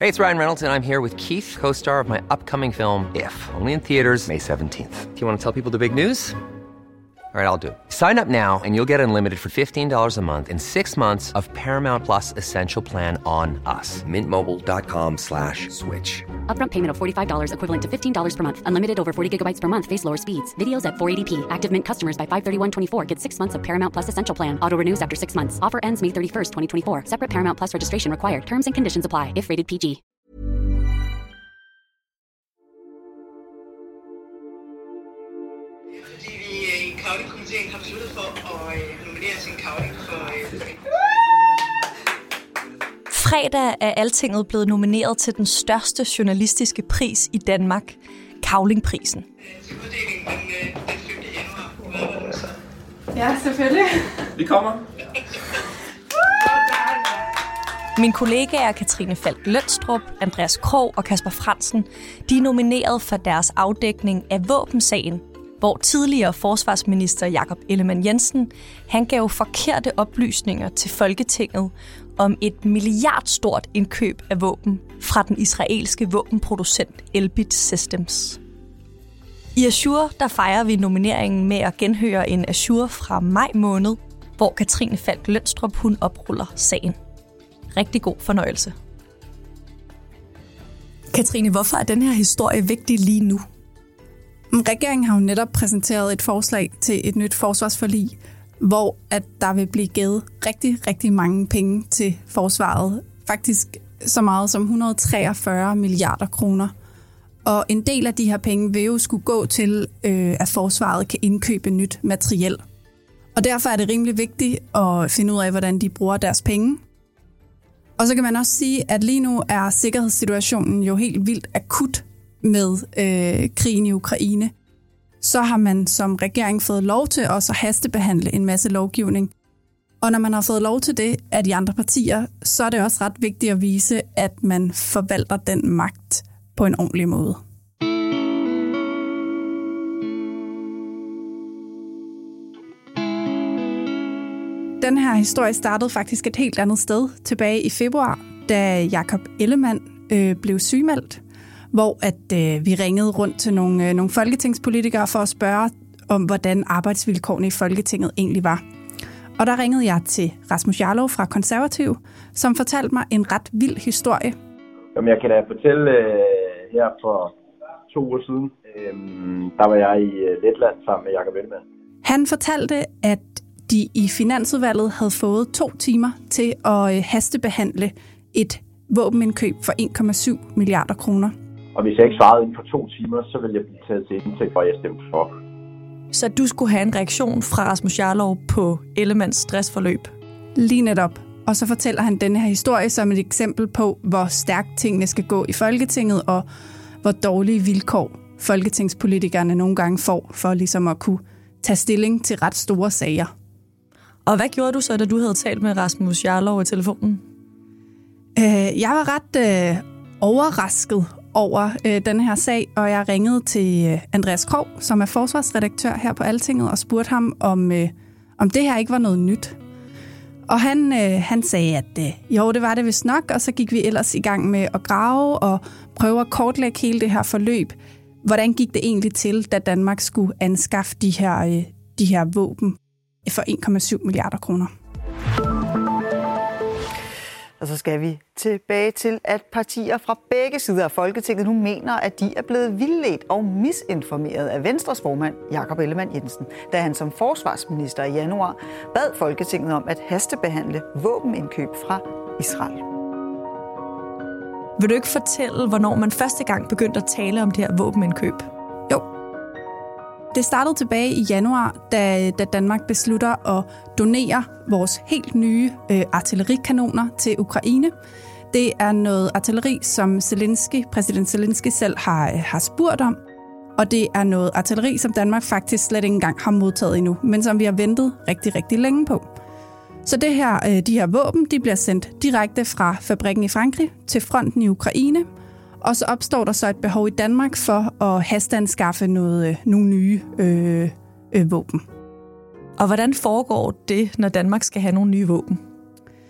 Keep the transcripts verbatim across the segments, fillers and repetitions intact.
Hey, it's Ryan Reynolds, and I'm here with Keith, co-star of my upcoming film, If, only in theaters May seventeenth. Do you want to tell people the big news? All right, I'll do it. Sign up now and you'll get unlimited for fifteen dollars a month and six months of Paramount Plus Essential Plan on us. Mint Mobile dot com slash switch. Upfront payment of forty-five dollars equivalent to fifteen dollars per month. Unlimited over forty gigabytes per month. Face lower speeds. Videos at four eighty p. Active Mint customers by five thirty-one twenty-four get six months of Paramount Plus Essential Plan. Auto renews after six months. Offer ends May thirty-first, twenty twenty-four. Separate Paramount Plus registration required. Terms and conditions apply if rated P G. Fordi vi i Cavling-komiteen har besluttet for at nominere til en Cavling for... Fredag er Altinget blevet nomineret til den største journalistiske pris i Danmark, Cavlingprisen. Til uddelingen den, den femte januar. Hvad var det så? Ja, selvfølgelig. Vi kommer. Mine kollegaer Katrine Falk Lønstrup, Andreas Krog og Kasper Fransen, de er nomineret for deres afdækning af våbensagen, hvor tidligere forsvarsminister Jakob Ellemann-Jensen, han gav forkerte oplysninger til Folketinget om et milliardstort indkøb af våben fra den israelske våbenproducent Elbit Systems. I Azure der fejrer vi nomineringen med at genhøre en Azure fra maj måned, hvor Katrine Falk Lønstrup hun opruller sagen. Rigtig god fornøjelse. Katrine, hvorfor er den her historie vigtig lige nu? Regeringen har jo netop præsenteret et forslag til et nyt forsvarsforlig, hvor at der vil blive givet rigtig, rigtig mange penge til forsvaret. Faktisk så meget som et hundrede og treogfyrre milliarder kroner. Og en del af de her penge vil jo skulle gå til, øh, at forsvaret kan indkøbe nyt materiel. Og derfor er det rimelig vigtigt at finde ud af, hvordan de bruger deres penge. Og så kan man også sige, at lige nu er sikkerhedssituationen jo helt vildt akut med øh, krigen i Ukraine. Så har man som regering fået lov til også at hastebehandle en masse lovgivning. Og når man har fået lov til det af de andre partier, så er det også ret vigtigt at vise, at man forvalter den magt på en ordentlig måde. Den her historie startede faktisk et helt andet sted tilbage i februar, da Jakob Ellemann øh, blev sygemeldt, hvor at øh, vi ringede rundt til nogle, øh, nogle folketingspolitikere for at spørge om, hvordan arbejdsvilkårene i Folketinget egentlig var. Og der ringede jeg til Rasmus Jarlov fra Konservativ, som fortalte mig en ret vild historie. Jamen, jeg kan da fortælle øh, her for to uger siden, øh, der var jeg i Letland sammen med Jakob Ellemann. Han fortalte, at de i Finansudvalget havde fået to timer til at hastebehandle et våbenindkøb for en komma syv milliarder kroner. Og hvis jeg ikke svarede inden for to timer, så ville jeg blive taget til indtægt for, at jeg stemte for. Så du skulle have en reaktion fra Rasmus Jarlov på Ellemanns stressforløb? Lige netop. Og så fortæller han denne her historie som et eksempel på, hvor stærkt tingene skal gå i Folketinget, og hvor dårlige vilkår folketingspolitikerne nogle gange får for ligesom at kunne tage stilling til ret store sager. Og hvad gjorde du så, da du havde talt med Rasmus Jarlov i telefonen? Øh, jeg var ret øh, overrasket over øh, denne her sag, og jeg ringede til øh, Andreas Krog, som er forsvarsredaktør her på Altinget, og spurgte ham, om, øh, om det her ikke var noget nyt. Og han, øh, han sagde, at øh, jo, det var det vist nok, og så gik vi ellers i gang med at grave og prøve at kortlægge hele det her forløb. Hvordan gik det egentlig til, da Danmark skulle anskaffe de her, øh, de her våben for en komma syv milliarder kroner? Og så skal vi tilbage til, at partier fra begge sider af Folketinget nu mener, at de er blevet vildledt og misinformeret af Venstres formand, Jakob Ellemann-Jensen, da han som forsvarsminister i januar bad Folketinget om at hastebehandle våbenindkøb fra Israel. Vil du ikke fortælle, hvornår man første gang begyndte at tale om det her våbenindkøb? Jo. Det startede tilbage i januar, da, da Danmark beslutter at donere vores helt nye øh, artillerikanoner til Ukraine. Det er noget artilleri, som Zelensky, præsident Zelensky selv har, har spurgt om. Og det er noget artilleri, som Danmark faktisk slet ikke engang har modtaget endnu, men som vi har ventet rigtig, rigtig længe på. Så det her, øh, de her våben, de bliver sendt direkte fra fabrikken i Frankrig til fronten i Ukraine. Og så opstår der så et behov i Danmark for at hasteanskaffe noget, øh, nogle nye øh, øh, våben. Og hvordan foregår det, når Danmark skal have nogle nye våben?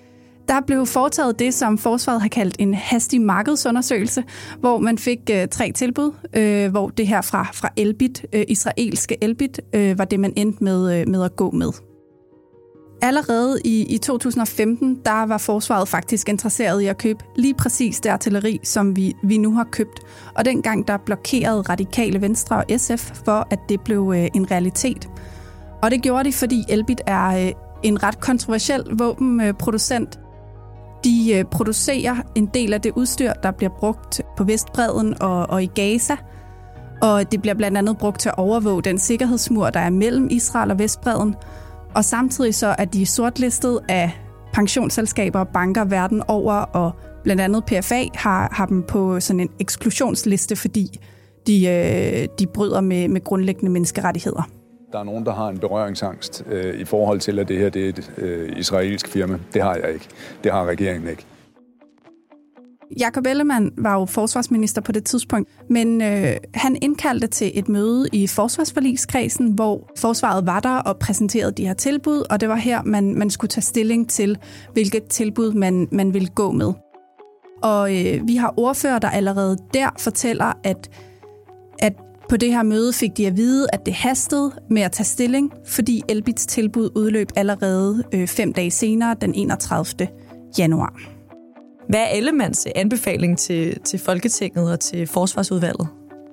Der blev foretaget det, som forsvaret har kaldt en hastig markedsundersøgelse, hvor man fik øh, tre tilbud, øh, hvor det her fra, fra Elbit, øh, israelske Elbit, øh, var det, man endte med, øh, med at gå med. Allerede i, i to tusind og femten, der var forsvaret faktisk interesseret i at købe lige præcis det artilleri, som vi, vi nu har købt. Og dengang der blokerede Radikale Venstre og S F for, at det blev øh, en realitet. Og det gjorde de, fordi Elbit er øh, en ret kontroversiel våbenproducent. De øh, producerer en del af det udstyr, der bliver brugt på Vestbredden og, og i Gaza. Og det bliver blandt andet brugt til at overvåge den sikkerhedsmur, der er mellem Israel og Vestbredden. Og samtidig så er de sortlistet af pensionsselskaber og banker verden over, og blandt andet P F A har, har dem på sådan en eksklusionsliste, fordi de, øh, de bryder med, med grundlæggende menneskerettigheder. Der er nogen, der har en berøringsangst øh, i forhold til, at det her det er et øh, israelsk firma. Det har jeg ikke. Det har regeringen ikke. Jakob Ellemann var jo forsvarsminister på det tidspunkt, men øh, han indkaldte til et møde i forsvarsforligskredsen, hvor forsvaret var der og præsenterede de her tilbud, og det var her, man, man skulle tage stilling til, hvilket tilbud man, man ville gå med. Og øh, vi har ordfører, der allerede der fortæller, at, at på det her møde fik de at vide, at det hastede med at tage stilling, fordi Elbits tilbud udløb allerede øh, fem dage senere, den enogtredivte januar. Hvad er Ellemanns anbefaling til, til Folketinget og til Forsvarsudvalget?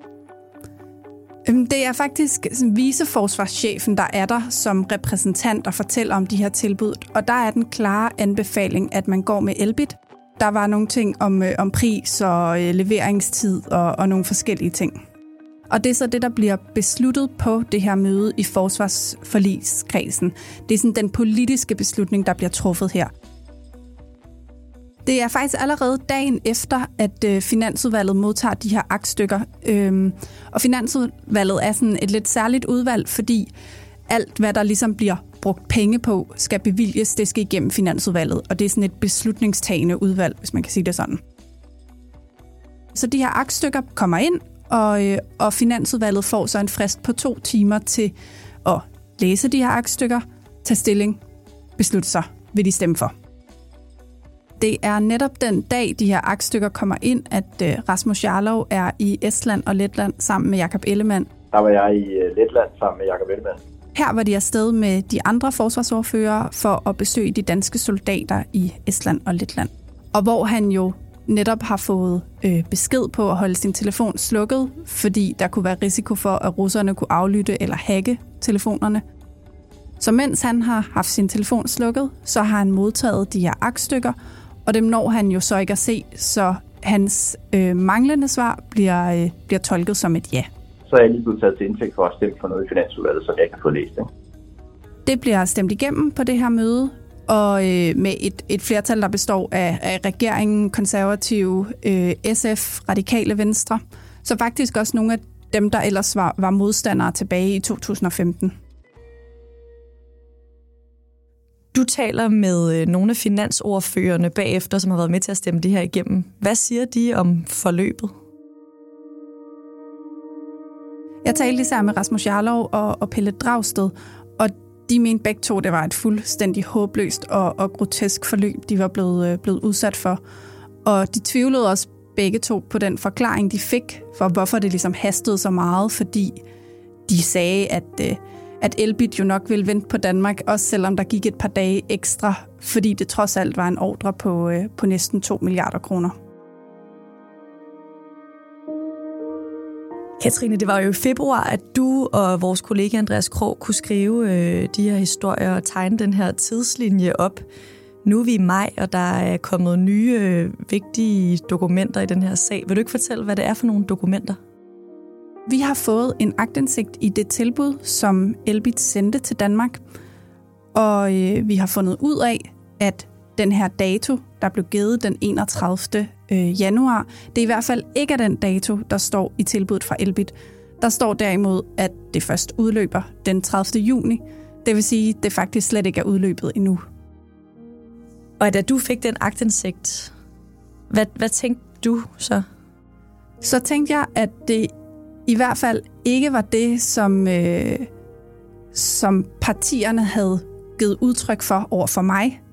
Det er faktisk viceforsvarschefen, der er der som repræsentant og fortæller om de her tilbud. Og der er den klare anbefaling, at man går med Elbit. Der var nogle ting om, om pris og leveringstid og, og nogle forskellige ting. Og det er så det, der bliver besluttet på det her møde i forsvarsforligskredsen. Det er sådan den politiske beslutning, der bliver truffet her. Det er faktisk allerede dagen efter, at øh, Finansudvalget modtager de her aktstykker. Øhm, og Finansudvalget er sådan et lidt særligt udvalg, fordi alt, hvad der ligesom bliver brugt penge på, skal bevilges. Det skal igennem Finansudvalget, og det er sådan et beslutningstagende udvalg, hvis man kan sige det sådan. Så de her aktstykker kommer ind, og, øh, og Finansudvalget får så en frist på to timer til at læse de her aktstykker, tage stilling, beslutte sig, vil de stemme for. Det er netop den dag, de her aktstykker kommer ind, at øh, Rasmus Jarlov er i Estland og Letland sammen med Jakob Ellemann. Der var jeg i øh, Letland sammen med Jakob Ellemann. Her var de afsted med de andre forsvarsordførere for at besøge de danske soldater i Estland og Letland. Og hvor han jo netop har fået øh, besked på at holde sin telefon slukket, fordi der kunne være risiko for, at russerne kunne aflytte eller hacke telefonerne. Så mens han har haft sin telefon slukket, så har han modtaget de her aktstykker, og dem når han jo så ikke at se, så hans øh, manglende svar bliver, øh, bliver tolket som et ja. Så er jeg lige blevet taget til indtægt for at stemme for noget i Finansudvalget, som jeg ikke har fået læst. Ikke? Det bliver stemt igennem på det her møde, og øh, med et, et flertal, der består af, af regeringen, konservative, øh, S F, Radikale Venstre, så faktisk også nogle af dem, der ellers var, var modstandere tilbage i to tusind og femten. Du taler med nogle af finansordførerne bagefter, som har været med til at stemme det her igennem. Hvad siger de om forløbet? Jeg talte især med Rasmus Jarlov og, og Pelle Dragsted, og de mente begge to, det var et fuldstændig håbløst og, og grotesk forløb, de var blevet, blevet udsat for. Og de tvivlede også begge to på den forklaring, de fik, for hvorfor det ligesom hastede så meget, fordi de sagde, at, at Elbit jo nok ville vente på Danmark, også selvom der gik et par dage ekstra, fordi det trods alt var en ordre på, på næsten to milliarder kroner. Katrine, det var jo i februar, at du og vores kollega Andreas Krog kunne skrive øh, de her historier og tegne den her tidslinje op. Nu er vi i maj, og der er kommet nye øh, vigtige dokumenter i den her sag. Vil du ikke fortælle, hvad det er for nogle dokumenter? Vi har fået en aktindsigt i det tilbud, som Elbit sendte til Danmark, og øh, vi har fundet ud af, at den her dato, der blev givet den enogtredivte januar, det er i hvert fald ikke den dato, der står i tilbuddet fra Elbit. Der står derimod, at det først udløber den tredivte juni. Det vil sige, at det faktisk slet ikke er udløbet endnu. Og da du fik den aktindsigt, hvad, hvad tænkte du så? Så tænkte jeg, at det i hvert fald ikke var det, som, øh, som partierne havde givet udtryk for over for mig.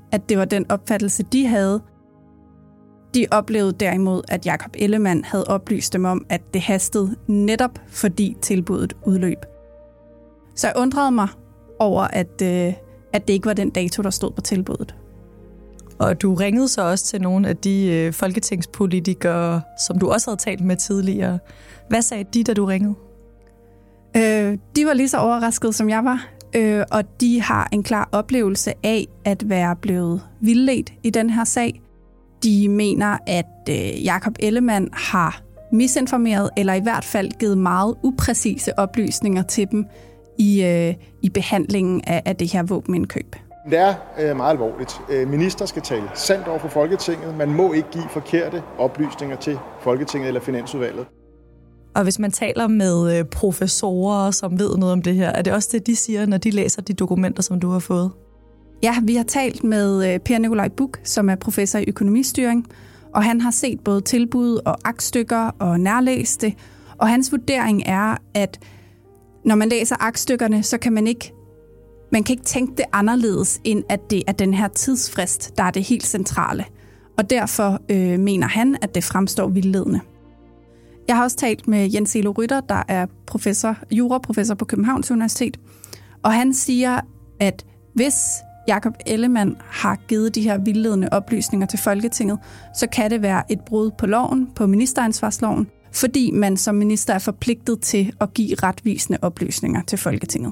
at det var den opfattelse, de havde. De oplevede derimod, at Jakob Ellemann havde oplyst dem om, at det hastede netop fordi tilbuddet udløb. Så jeg undrede mig over, at, øh, at det ikke var den dato, der stod på tilbuddet. Og du ringede så også til nogle af de øh, folketingspolitikere, som du også havde talt med tidligere. Hvad sagde de, da du ringede? Øh, de var lige så overraskede, som jeg var. Øh, og de har en klar oplevelse af at være blevet vildledt i den her sag. De mener, at øh, Jakob Ellemann har misinformeret, eller i hvert fald givet meget upræcise oplysninger til dem i, øh, i behandlingen af, af det her våbenindkøb. Det er øh, meget alvorligt. Øh, minister skal tale sandt over for Folketinget. Man må ikke give forkerte oplysninger til Folketinget eller Finansudvalget. Og hvis man taler med professorer, som ved noget om det her, er det også det, de siger, når de læser de dokumenter, som du har fået? Ja, vi har talt med Per Nikolaj Buch, som er professor i økonomistyring, og han har set både tilbud og aktstykker og nærlæst det. Og hans vurdering er, at når man læser aktstykkerne, så kan man ikke, man kan ikke tænke det anderledes, end at det er den her tidsfrist, der er det helt centrale. Og derfor øh, mener han, at det fremstår vildledende. Jeg har også talt med Jens Elo Rytter, der er professor, juraprofessor på Københavns Universitet, og han siger, at hvis Jakob Ellemann har givet de her vildledende oplysninger til Folketinget, så kan det være et brud på loven, på ministeransvarsloven, fordi man som minister er forpligtet til at give retvisende oplysninger til Folketinget.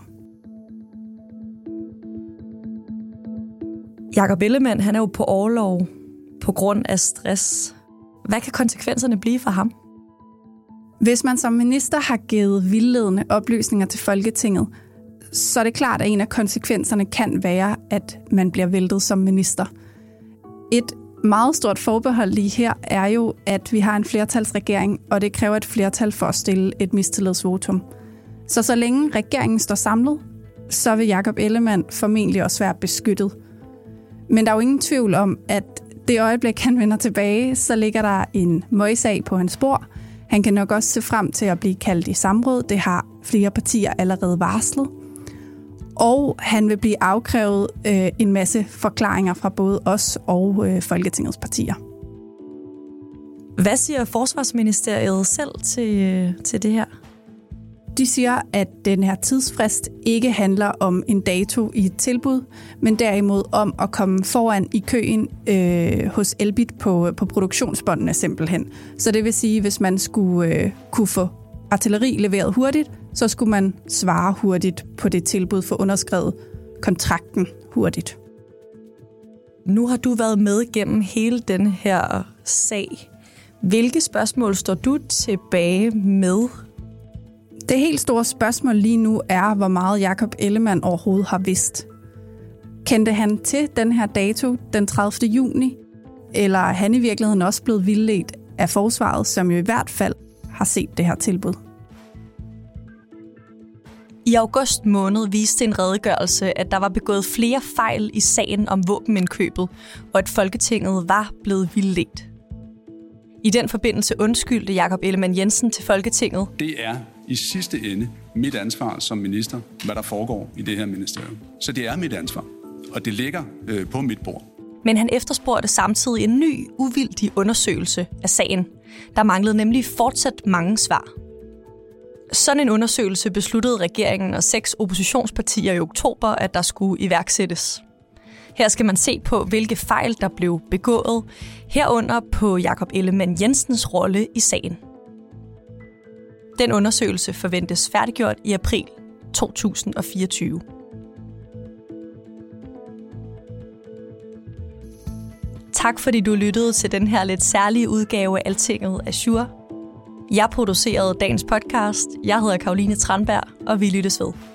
Jakob Ellemann, han er jo på orlov på grund af stress. Hvad kan konsekvenserne blive for ham? Hvis man som minister har givet vildledende oplysninger til Folketinget, så er det klart, at en af konsekvenserne kan være, at man bliver væltet som minister. Et meget stort forbehold lige her er jo, at vi har en flertalsregering, og det kræver et flertal for at stille et mistillidsvotum. Så så længe regeringen står samlet, så vil Jakob Ellemann formentlig også være beskyttet. Men der er jo ingen tvivl om, at det øjeblik, han vender tilbage, så ligger der en møgssag på hans bord. Han kan nok også se frem til at blive kaldt i samråd. Det har flere partier allerede varslet. Og han vil blive afkrævet øh, en masse forklaringer fra både os og øh, Folketingets partier. Hvad siger Forsvarsministeriet selv til, til det her? De siger, at den her tidsfrist ikke handler om en dato i et tilbud, men derimod om at komme foran i køen øh, hos Elbit på, på produktionsbåndene simpelthen. Så det vil sige, at hvis man skulle øh, kunne få artilleri leveret hurtigt, så skulle man svare hurtigt på det tilbud for underskrevet kontrakten hurtigt. Nu har du været med gennem hele den her sag. Hvilke spørgsmål står du tilbage med? Det helt store spørgsmål lige nu er, hvor meget Jakob Ellemann overhovedet har vidst. Kendte han til den her dato, den tredivte juni? Eller er han i virkeligheden også blevet vildledt af forsvaret, som jo i hvert fald har set det her tilbud? I august måned viste en redegørelse, at der var begået flere fejl i sagen om våbenindkøbet, og at Folketinget var blevet vildledt. I den forbindelse undskyldte Jakob Ellemann Jensen til Folketinget. Det er i sidste ende mit ansvar som minister, hvad der foregår i det her ministerium. Så det er mit ansvar, og det ligger øh, på mit bord. Men han efterspurgte samtidig en ny, uvildig undersøgelse af sagen. Der manglede nemlig fortsat mange svar. Sådan en undersøgelse besluttede regeringen og seks oppositionspartier i oktober, at der skulle iværksættes. Her skal man se på, hvilke fejl der blev begået, herunder på Jakob Ellemann Jensens rolle i sagen. Den undersøgelse forventes færdiggjort i april to tusind og fireogtyve. Tak fordi du lyttede til den her lidt særlige udgave af Altinget Azure. Jeg producerede dagens podcast. Jeg hedder Caroline Tranberg, og vi lyttes ved.